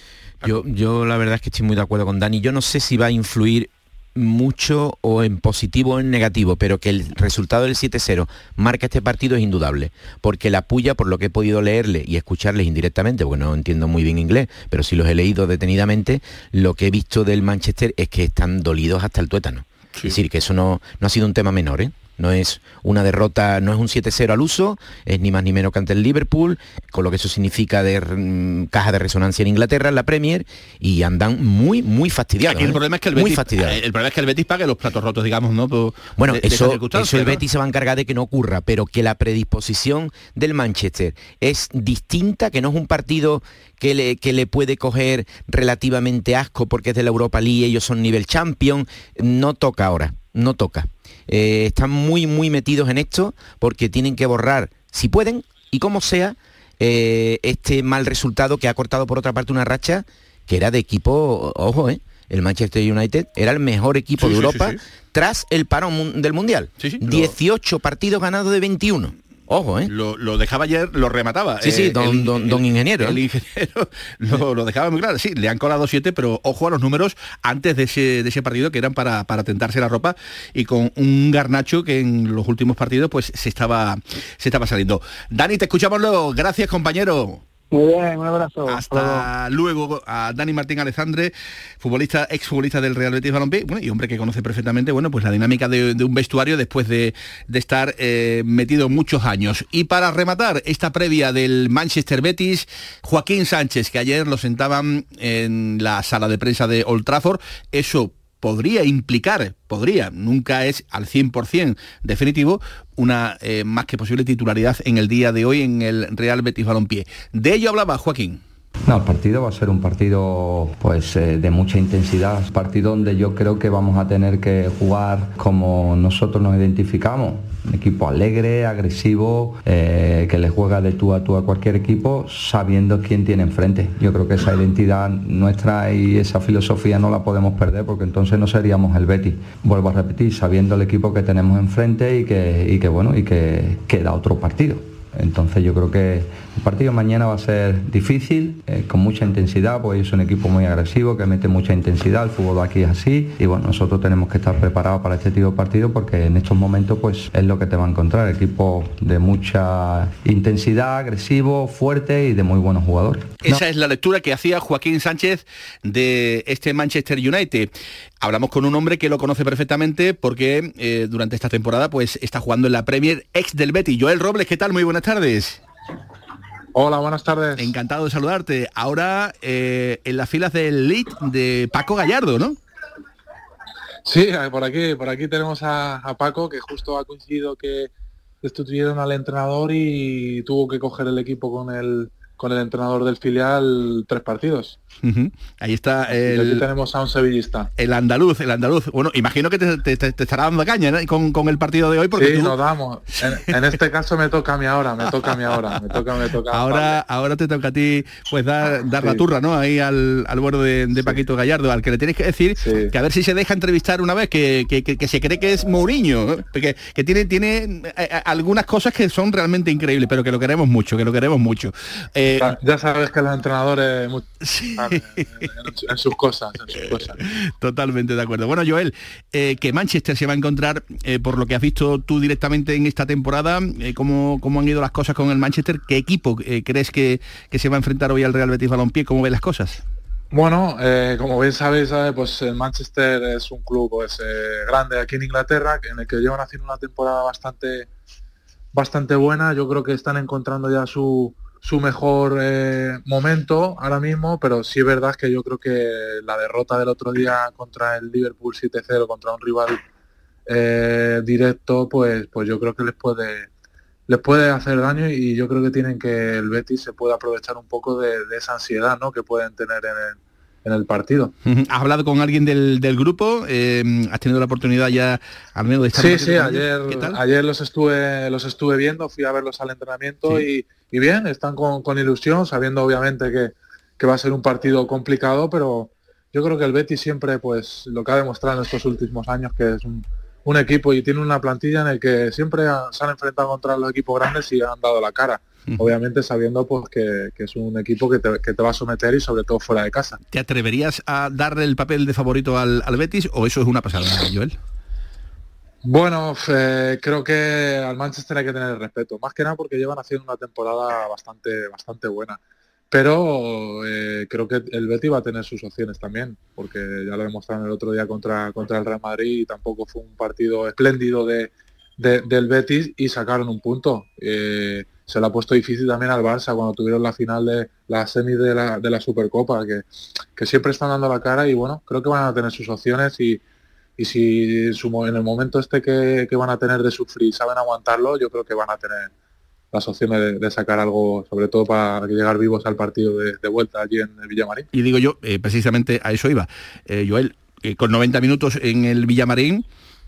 Yo la verdad es que estoy muy de acuerdo con Dani. Yo no sé si va a influir mucho o en positivo o en negativo, pero que el resultado del 7-0 marca este partido es indudable, porque la puya, por lo que he podido leerle y escucharles indirectamente, porque no entiendo muy bien inglés, pero sí los he leído detenidamente, lo que he visto del Manchester es que están dolidos hasta el tuétano. Sí. Es decir, que eso no ha sido un tema menor, ¿eh? No es una derrota, no es un 7-0 al uso, es ni más ni menos que ante el Liverpool, con lo que eso significa de caja de resonancia en Inglaterra, en la Premier, y andan muy, muy fastidiados. Aquí el problema es que el Betis pague los platos rotos, digamos, ¿no? Bueno, eso el Betis se va a encargar de que no ocurra, pero que la predisposición del Manchester es distinta, que no es un partido que le puede coger relativamente asco porque es de la Europa League, ellos son nivel champion, no toca ahora, no toca. Están muy, muy metidos en esto porque tienen que borrar, si pueden, y como sea, este mal resultado que ha cortado por otra parte una racha que era de equipo, ojo, el Manchester United era el mejor equipo de Europa tras el parón del Mundial. 18 partidos ganados de 21. Ojo, Lo dejaba ayer, lo remataba. Sí, don ingeniero. El ingeniero lo dejaba muy claro. Sí, le han colado 7, pero ojo a los números antes de ese partido, que eran para tentarse la ropa, y con un Garnacho que en los últimos partidos pues se estaba saliendo. Dani, te escuchamos luego. Gracias, compañero. Muy bien, un abrazo. Hasta luego a Dani Martín Alexandre, exfutbolista del Real Betis Balompié, bueno, y hombre que conoce perfectamente, bueno, pues la dinámica de un vestuario después de estar metido muchos años. Y para rematar esta previa del Manchester Betis, Joaquín Sánchez, que ayer lo sentaban en la sala de prensa de Old Trafford, eso podría implicar, nunca es al 100% definitivo, una más que posible titularidad en el día de hoy en el Real Betis Balompié. De ello hablaba Joaquín. No, el partido va a ser un partido pues de mucha intensidad, un partido donde yo creo que vamos a tener que jugar como nosotros nos identificamos, un equipo alegre, agresivo, que le juega de tú a cualquier equipo sabiendo quién tiene enfrente. Yo creo que esa identidad nuestra y esa filosofía no la podemos perder, porque entonces no seríamos el Betis. Vuelvo a repetir, sabiendo el equipo que tenemos enfrente y que da otro partido. Entonces yo creo que el partido mañana va a ser difícil, con mucha intensidad, porque es un equipo muy agresivo, que mete mucha intensidad, el fútbol aquí es así, y bueno, nosotros tenemos que estar preparados para este tipo de partido, porque en estos momentos pues es lo que te va a encontrar, equipo de mucha intensidad, agresivo, fuerte y de muy buenos jugadores. Esa es la lectura que hacía Joaquín Sánchez de este Manchester United. Hablamos con un hombre que lo conoce perfectamente porque durante esta temporada pues está jugando en la Premier, ex del Betis. Joel Robles, ¿qué tal? Muy buenas tardes. Hola, buenas tardes. Encantado de saludarte. Ahora en las filas del Leeds de Paco Gallardo, ¿no? Sí, por aquí tenemos a Paco, que justo ha coincidido que destituyeron al entrenador y tuvo que coger el equipo con el con el entrenador del filial 3 partidos. Ahí está aquí tenemos a un sevillista. El andaluz. Bueno, imagino que te estará dando caña, ¿no? con el partido de hoy, porque sí, tú... nos damos. En este caso me toca a mí ahora, me toca. Ahora te toca a ti pues dar la turra, ¿no? Ahí al bueno de Paquito Gallardo, al que le tienes que decir que a ver si se deja entrevistar una vez, que se cree que es Mourinho, ¿no? que tiene algunas cosas que son realmente increíbles, pero que lo queremos mucho. Ya sabes que los entrenadores en sus cosas. Totalmente de acuerdo. Bueno, Joel, que Manchester se va a encontrar, por lo que has visto tú directamente en esta temporada, ¿cómo han ido las cosas con el Manchester? ¿Qué equipo crees que se va a enfrentar hoy al Real Betis Balompié? ¿Cómo ves las cosas? Bueno, como bien sabéis, pues el Manchester es un club pues, grande aquí en Inglaterra, en el que llevan haciendo una temporada bastante buena. Yo creo que están encontrando ya su mejor momento ahora mismo, pero sí es verdad que yo creo que la derrota del otro día contra el Liverpool 7-0, contra un rival directo, pues yo creo que les puede hacer daño, y yo creo que el Betis se puede aprovechar un poco de esa ansiedad, ¿no?, que pueden tener en el partido. ¿Has hablado con alguien del grupo? ¿Has tenido la oportunidad ya al menos de estar? Sí, ayer los estuve viendo, fui a verlos al entrenamiento y bien, están con ilusión, sabiendo obviamente que va a ser un partido complicado, pero yo creo que el Betis siempre, pues lo que ha demostrado en estos últimos años, que es un equipo y tiene una plantilla en el que siempre se han enfrentado contra los equipos grandes y han dado la cara. Obviamente sabiendo pues que es un equipo que te va a someter, y sobre todo fuera de casa. ¿Te atreverías a darle el papel de favorito al Betis, o eso es una pasada, Joel? Bueno, creo que al Manchester hay que tener respeto, más que nada porque llevan haciendo una temporada bastante buena. Pero creo que el Betis va a tener sus opciones también, porque ya lo demostraron el otro día contra el Real Madrid, y tampoco fue un partido espléndido del Betis, y sacaron un punto. Se le ha puesto difícil también al Barça cuando tuvieron la final de la semi de la Supercopa, que siempre están dando la cara, y bueno, creo que van a tener sus opciones, y si en el momento que van a tener de sufrir saben aguantarlo, yo creo que van a tener las opciones de sacar algo, sobre todo para llegar vivos al partido de vuelta allí en el Villamarín. Y digo yo, precisamente a eso iba, Joel, con 90 minutos en el Villamarín,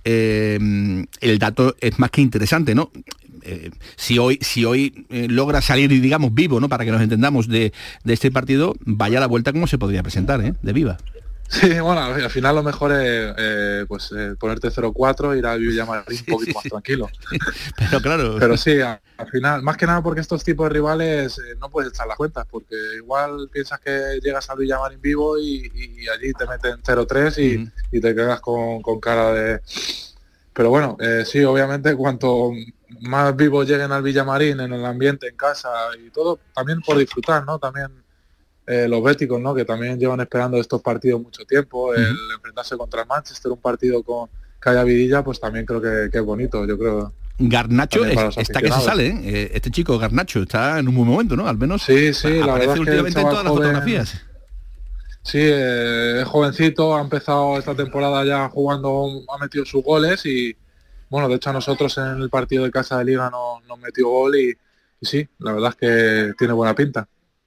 el dato es más que interesante, ¿no? Si hoy logra salir, digamos, vivo, ¿no?, para que nos entendamos de este partido, vaya la vuelta como se podría presentar, de viva. Sí, bueno, al final lo mejor es ponerte 0-4, ir al Villamarín un poquito más tranquilo. Pero claro. Pero sí, al final, más que nada porque estos tipos de rivales no puedes echar las cuentas, porque igual piensas que llegas al Villamarín vivo y allí te meten 0-3 y te quedas con cara de... Pero bueno, sí, obviamente cuanto más vivos lleguen al Villamarín, en el ambiente, en casa y todo, también por disfrutar, ¿no? También los béticos, ¿no?, que también llevan esperando estos partidos mucho tiempo, el enfrentarse contra el Manchester, un partido con Calla Vidilla, pues también creo que es bonito, yo creo. Garnacho está que se sale, este chico Garnacho está en un buen momento, ¿no? Al menos sí, la verdad es que últimamente en todas las fotografías. Sí, es jovencito, ha empezado esta temporada ya jugando, ha metido sus goles, y bueno, de hecho a nosotros en el partido de casa de Liga nos metió gol, y sí, la verdad es que tiene buena pinta.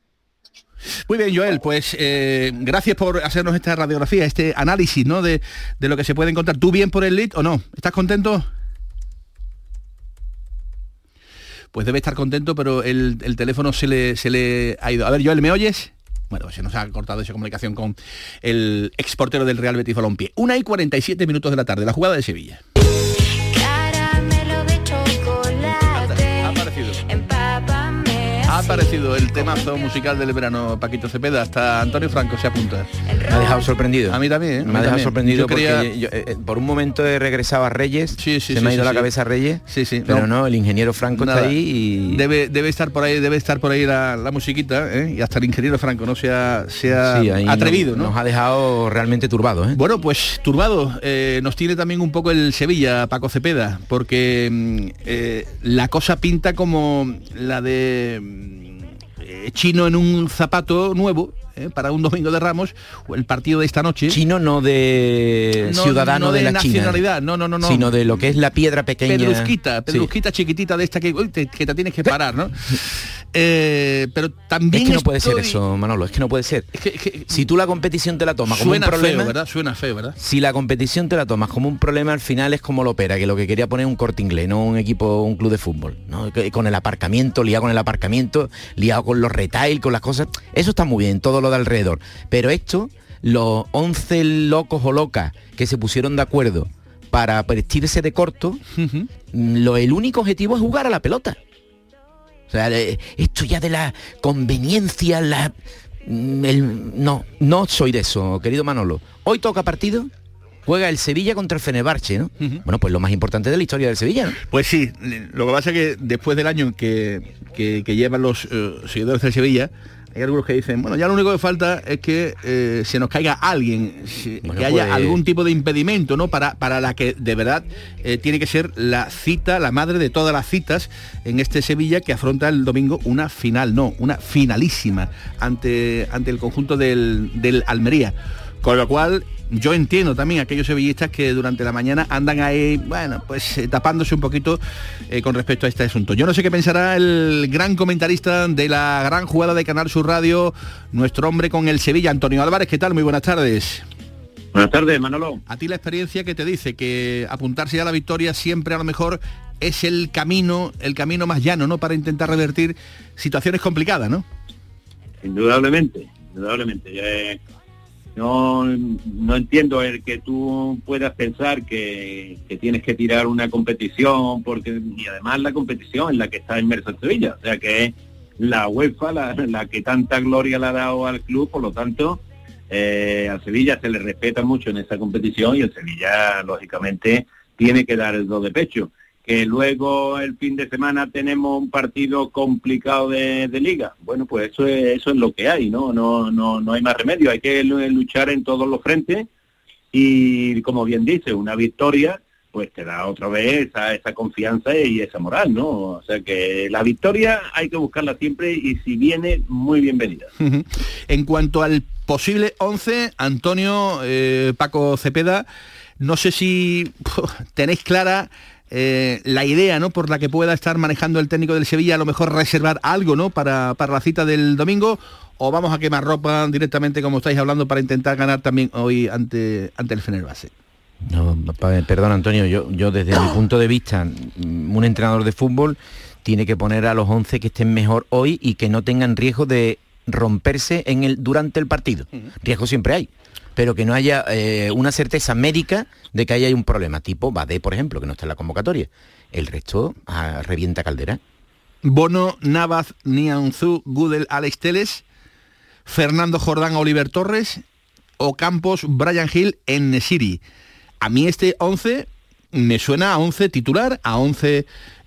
Muy bien, Joel, pues gracias por hacernos esta radiografía, este análisis, ¿no?, de lo que se puede encontrar. ¿Tú bien por el Leeds o no? ¿Estás contento? Pues debe estar contento, pero el teléfono se le ha ido. A ver, Joel, ¿me oyes? Bueno, se nos ha cortado esa comunicación con el exportero del Real Betis Balompié. 1:47 de la tarde, la jugada de Sevilla. Ha aparecido el temazo musical del verano, Paquito Cepeda. Hasta Antonio Franco se apunta. Me ha dejado sorprendido. A mí también. Me ha dejado sorprendido porque yo, por un momento he regresado a Reyes. Se me ha ido la cabeza a Reyes. Sí. Pero no, el ingeniero Franco está ahí y... Debe estar por ahí la musiquita, y hasta el ingeniero Franco no se ha atrevido, ¿no? Nos ha dejado realmente turbados, Bueno, pues turbado. Nos tiene también un poco el Sevilla, Paco Cepeda, porque la cosa pinta como la de Chino en un zapato nuevo, para un domingo de Ramos, o el partido de esta noche. Chino no de ciudadano no de la nacionalidad, China, no, sino de lo que es la piedra pequeña, pedrusquita chiquitita de esta que te tienes que parar, ¿no? pero también es que no puede ser eso, Manolo, es que no puede ser. Si tú la competición te la tomas como un problema, ¿verdad? Suena feo, ¿verdad? Si la competición te la tomas como un problema, al final es como Lopera, que lo que quería poner un Corte Inglés, no un equipo, un club de fútbol, ¿no? Con el aparcamiento, liado con los retail, con las cosas. Eso está muy bien, todo lo de alrededor. Pero esto, los 11 locos o locas que se pusieron de acuerdo para vestirse de corto, el único objetivo es jugar a la pelota. O sea, esto ya de la conveniencia, no soy de eso, querido Manolo. Hoy toca partido, juega el Sevilla contra el Fenerbahce, ¿no? Bueno, pues lo más importante de la historia del Sevilla, ¿no? Pues sí, lo que pasa es que después del año que llevan los seguidores del Sevilla, hay algunos que dicen, bueno, ya lo único que falta es que se nos caiga alguien, que haya algún tipo de impedimento, ¿no? Para la que de verdad tiene que ser la cita, la madre de todas las citas en este Sevilla, que afronta el domingo una finalísima ante el conjunto del Almería. Con lo cual, yo entiendo también a aquellos sevillistas que durante la mañana andan ahí, bueno, pues tapándose un poquito con respecto a este asunto. Yo no sé qué pensará el gran comentarista de la gran jugada de Canal Sur Radio, nuestro hombre con el Sevilla, Antonio Álvarez. ¿Qué tal? Muy buenas tardes. Buenas tardes, Manolo. A ti la experiencia que te dice que apuntarse a la victoria siempre a lo mejor es el camino más llano, ¿no? Para intentar revertir situaciones complicadas, ¿no? Indudablemente. No entiendo el que tú puedas pensar que tienes que tirar una competición, y además la competición en la que está inmerso el Sevilla, o sea que es la UEFA la que tanta gloria le ha dado al club, por lo tanto al Sevilla se le respeta mucho en esa competición y el Sevilla lógicamente tiene que dar el do de pecho. Que luego el fin de semana tenemos un partido complicado de liga. Bueno, pues eso es lo que hay, no hay más remedio, hay que luchar en todos los frentes y, como bien dice, una victoria pues te da otra vez esa confianza y esa moral, ¿no? O sea que la victoria hay que buscarla siempre y si viene, muy bienvenida. En cuanto al posible 11, Antonio, Paco Cepeda, no sé si tenéis clara la idea, ¿no?, por la que pueda estar manejando el técnico del Sevilla, a lo mejor reservar algo, ¿no?, para la cita del domingo, o vamos a quemar ropa directamente, como estáis hablando, para intentar ganar también hoy ante el Fenerbahce. No, perdón, Antonio, yo desde mi punto de vista, un entrenador de fútbol tiene que poner a los 11 que estén mejor hoy y que no tengan riesgo de romperse durante el partido. Riesgo siempre hay, pero que no haya una certeza médica de que haya un problema, tipo Badé, por ejemplo, que no está en la convocatoria. El resto revienta Caldera. Bono, Navas, Nianzú, Gudel, Alex Teles, Fernando Jordán, Oliver Torres, Ocampos, Brian Hill, En-Nesyri. A mí este 11 me suena a 11 titular, a 11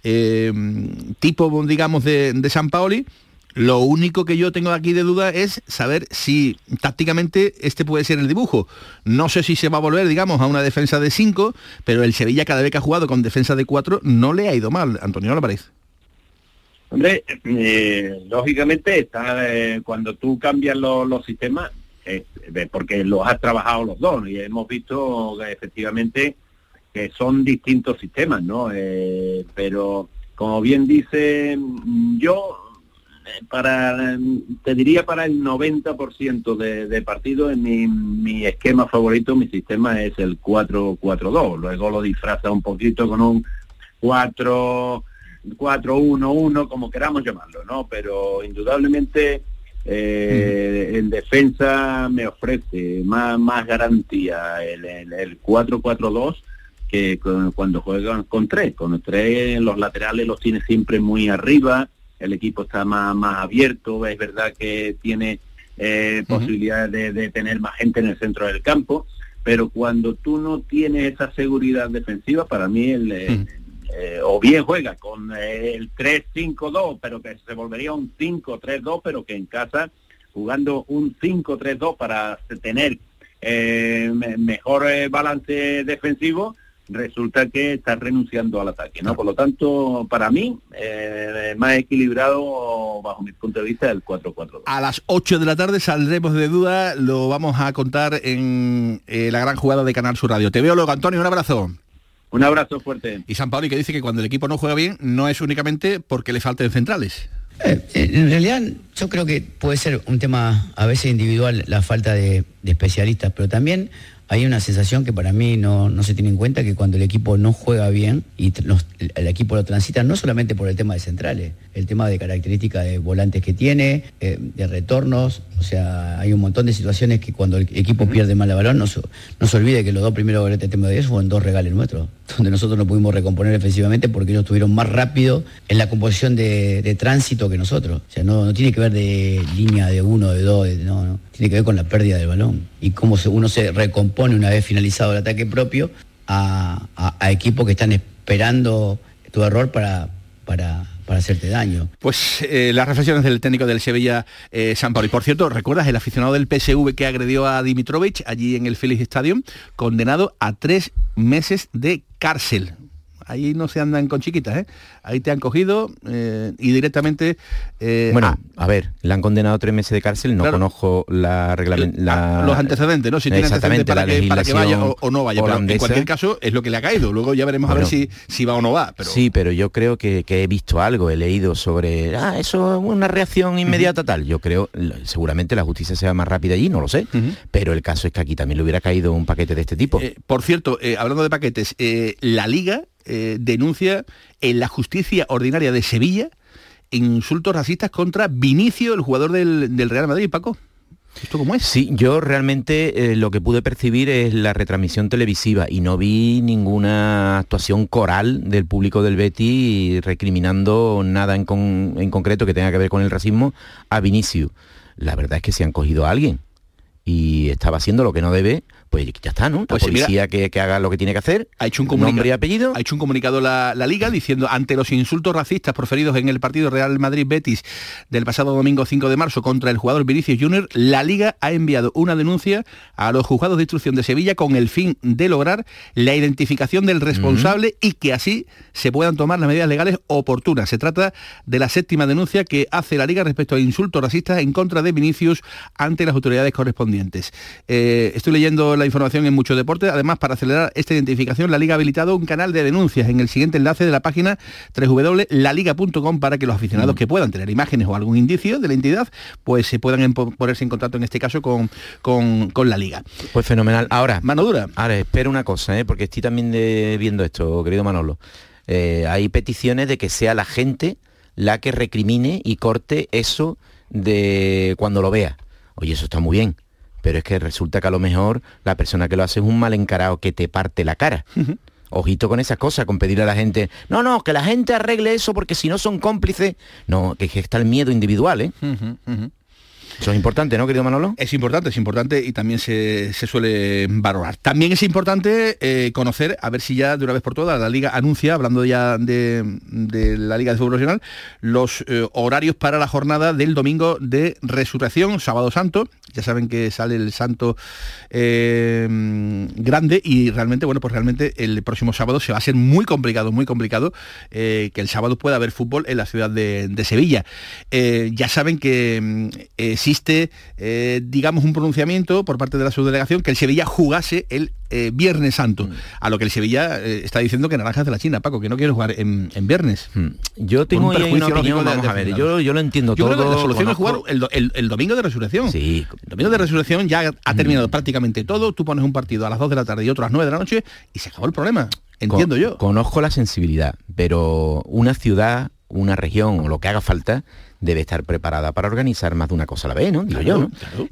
tipo, digamos, de Sampaoli. Lo único que yo tengo aquí de duda es saber si tácticamente este puede ser el dibujo. No sé si se va a volver, digamos, a una defensa de 5, pero el Sevilla cada vez que ha jugado con defensa de 4 no le ha ido mal, Antonio Álvarez. Hombre, lógicamente está cuando tú cambias los sistemas, porque los has trabajado los dos, y hemos visto que efectivamente que son distintos sistemas, ¿no? Pero como bien dice, yo te diría para el 90% de partido en mi esquema favorito, mi sistema es el 4-4-2, luego lo disfraza un poquito con un 4-1-1, como queramos llamarlo, ¿no? Pero indudablemente en defensa me ofrece más garantía el 4-4-2 que cuando juegan con tres los laterales los tiene siempre muy arriba, el equipo está más abierto, es verdad que tiene posibilidades de tener más gente en el centro del campo, pero cuando tú no tienes esa seguridad defensiva, para mí o bien juega con el 3-5-2, pero que se volvería un 5-3-2, pero que en casa, jugando un 5-3-2 para tener mejor balance defensivo, resulta que está renunciando al ataque, ¿no? Por lo tanto, para mí, más equilibrado, bajo mi punto de vista, el 4-4-2. A las 8 de la tarde saldremos de duda, lo vamos a contar en la gran jugada de Canal Sur Radio. Te veo luego, Antonio, un abrazo. Un abrazo fuerte. Y Sampaoli, que dice que cuando el equipo no juega bien, no es únicamente porque le falten centrales. En realidad yo creo que puede ser un tema a veces individual, la falta de especialistas, pero también hay una sensación que para mí no se tiene en cuenta, que cuando el equipo no juega bien y el equipo lo transita, no solamente por el tema de centrales, el tema de características de volantes que tiene, de retornos, o sea, hay un montón de situaciones que cuando el equipo pierde mal el balón, no se olvide que los 2 primeros goles de tema de eso fueron 2 regales nuestros, donde nosotros no pudimos recomponer efectivamente porque ellos estuvieron más rápido en la composición de tránsito que nosotros. O sea, no tiene que ver de línea de 1, de 2, no. Tiene que ver con la pérdida del balón y cómo uno se recompone una vez finalizado el ataque propio a equipos que están esperando tu error para hacerte daño. Pues las reflexiones del técnico del Sevilla, Sampaoli. Por cierto, ¿recuerdas el aficionado del PSV que agredió a Dimitrovic allí en el Philips Stadium? Condenado a 3 meses de cárcel. Ahí no se andan con chiquitas, ¿eh? Ahí te han cogido y directamente... a ver, le han condenado a 3 meses de cárcel, no claro. Conozco los antecedentes, ¿no? Si tiene antecedentes para que vaya o no vaya. Pero en cualquier caso es lo que le ha caído. Luego ya veremos a ver si va o no va. Pero... Sí, pero yo creo que he visto algo, he leído sobre... eso es una reacción inmediata tal. Yo creo, seguramente la justicia sea más rápida allí, no lo sé. Pero el caso es que aquí también le hubiera caído un paquete de este tipo. Por cierto, hablando de paquetes, la Liga... denuncia en la justicia ordinaria de Sevilla insultos racistas contra Vinicio, el jugador del Real Madrid, Paco. ¿Esto cómo es? Sí, yo realmente lo que pude percibir es la retransmisión televisiva y no vi ninguna actuación coral del público del Betis recriminando nada en concreto que tenga que ver con el racismo a Vinicio. La verdad es que se han cogido a alguien y estaba haciendo lo que no debe, pues ya está, ¿no? La pues policía mira, que haga lo que tiene que hacer, ha hecho un nombre y apellido. Ha hecho un comunicado la Liga diciendo, ante los insultos racistas proferidos en el partido Real Madrid-Betis del pasado domingo 5 de marzo contra el jugador Vinicius Junior, la Liga ha enviado una denuncia a los juzgados de instrucción de Sevilla con el fin de lograr la identificación del responsable y que así se puedan tomar las medidas legales oportunas. Se trata de la 7ª denuncia que hace la Liga respecto a insultos racistas en contra de Vinicius ante las autoridades correspondientes. Estoy leyendo la información en Mucho Deporte. Además, para acelerar esta identificación, la Liga ha habilitado un canal de denuncias en el siguiente enlace de la página www.laliga.com para que los aficionados que puedan tener imágenes o algún indicio de la entidad, pues se puedan ponerse en contacto en este caso con la Liga. Pues fenomenal. Ahora, mano dura. Ahora, espera una cosa, porque estoy también viendo esto, querido Manolo. Hay peticiones de que sea la gente la que recrimine y corte eso de cuando lo vea. Oye, eso está muy bien. Pero es que resulta que a lo mejor la persona que lo hace es un mal encarado que te parte la cara. Ojito con esas cosas, con pedirle a la gente, no, que la gente arregle eso porque si no son cómplices. No, que está el miedo individual, ¿eh? Eso es importante, ¿no, querido Manolo? Es importante y también se suele valorar. También es importante conocer, a ver si ya de una vez por todas la Liga anuncia, hablando ya de la Liga de Fútbol Profesional, los horarios para la jornada del domingo de Resurrección, Sábado Santo. Ya saben que sale el Santo grande y realmente, pues realmente el próximo sábado se va a ser muy complicado que el sábado pueda haber fútbol en la ciudad de Sevilla. Ya saben que existe, digamos, un pronunciamiento por parte de la subdelegación que el Sevilla jugase el Viernes Santo, a lo que el Sevilla está diciendo que naranjas de la China, Paco, que no quiere jugar en viernes. Yo tengo ahí una opinión, vamos a ver, yo lo entiendo todo. Yo creo que la solución es jugar el domingo de Resurrección. Sí. El domingo de Resurrección ya ha terminado prácticamente todo, tú pones un partido a las 2 de la tarde y otro a las 9 de la noche y se acabó el problema, entiendo yo. Conozco la sensibilidad, pero una ciudad, una región o lo que haga falta debe estar preparada para organizar más de una cosa a la vez, ¿no? Digo yo, ¿no? Claro.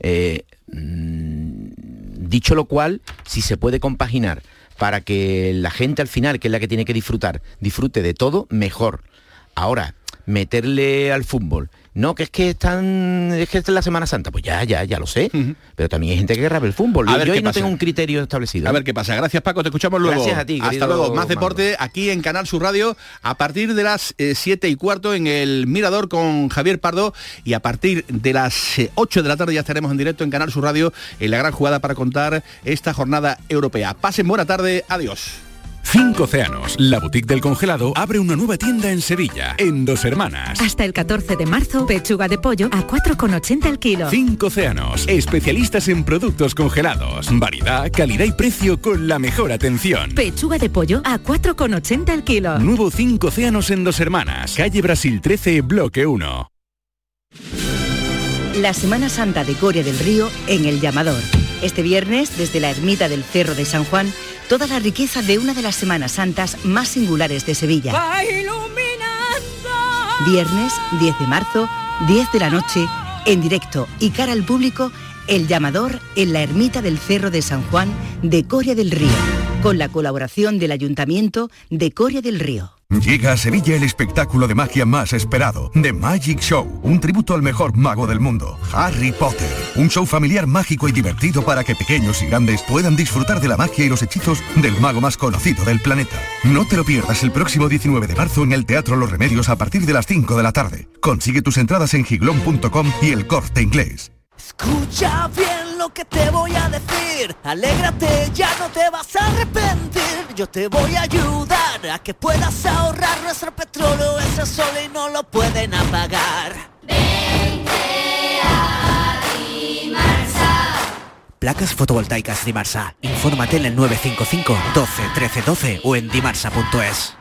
Dicho lo cual, si se puede compaginar para que la gente al final, que es la que tiene que disfrute de todo, mejor. Ahora, meterle al fútbol, no, que es que esta es la Semana Santa, pues ya lo sé, pero también hay gente que querrá ver el fútbol. Yo ahí no tengo un criterio establecido. A ver qué pasa. Gracias, Paco, te escuchamos luego. Gracias a ti, hasta luego. Más deporte aquí en Canal Sur Radio a partir de las 7:15 en el Mirador con Javier Pardo, y a partir de las 8 de la tarde ya estaremos en directo en Canal Sur Radio en la gran jugada para contar esta jornada europea. Pasen buena tarde, adiós. 5 Océanos, la boutique del congelado, abre una nueva tienda en Sevilla, en Dos Hermanas. Hasta el 14 de marzo, pechuga de pollo a 4,80 el kilo. 5 Océanos, especialistas en productos congelados. Variedad, calidad y precio con la mejor atención. Pechuga de pollo a 4,80 el kilo. Nuevo 5 Océanos en Dos Hermanas, calle Brasil 13, bloque 1. la Semana Santa de Coria del Río en El Llamador. Este viernes, desde la ermita del Cerro de San Juan, toda la riqueza de una de las Semanas Santas más singulares de Sevilla. Viernes 10 de marzo, 10 de la noche, en directo y cara al público, El Llamador en la ermita del Cerro de San Juan de Coria del Río, con la colaboración del Ayuntamiento de Coria del Río. Llega a Sevilla el espectáculo de magia más esperado, The Magic Show, un tributo al mejor mago del mundo, Harry Potter. Un show familiar mágico y divertido para que pequeños y grandes puedan disfrutar de la magia y los hechizos del mago más conocido del planeta. No te lo pierdas el próximo 19 de marzo en el Teatro Los Remedios a partir de las 5 de la tarde. Consigue tus entradas en giglón.com y El Corte Inglés. Escucha bien lo que te voy a decir. Alégrate, ya no te vas a arrepentir. Yo te voy a ayudar a que puedas ahorrar. Nuestro petróleo es el sol y no lo pueden apagar. Vente a Dimarsa. Placas fotovoltaicas Dimarsa. Infórmate en el 955 12 13 12 o en dimarsa.es.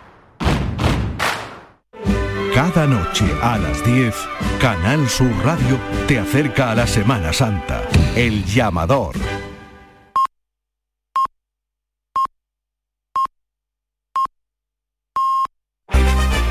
Cada noche a las 10, Canal Sur Radio te acerca a la Semana Santa. El Llamador.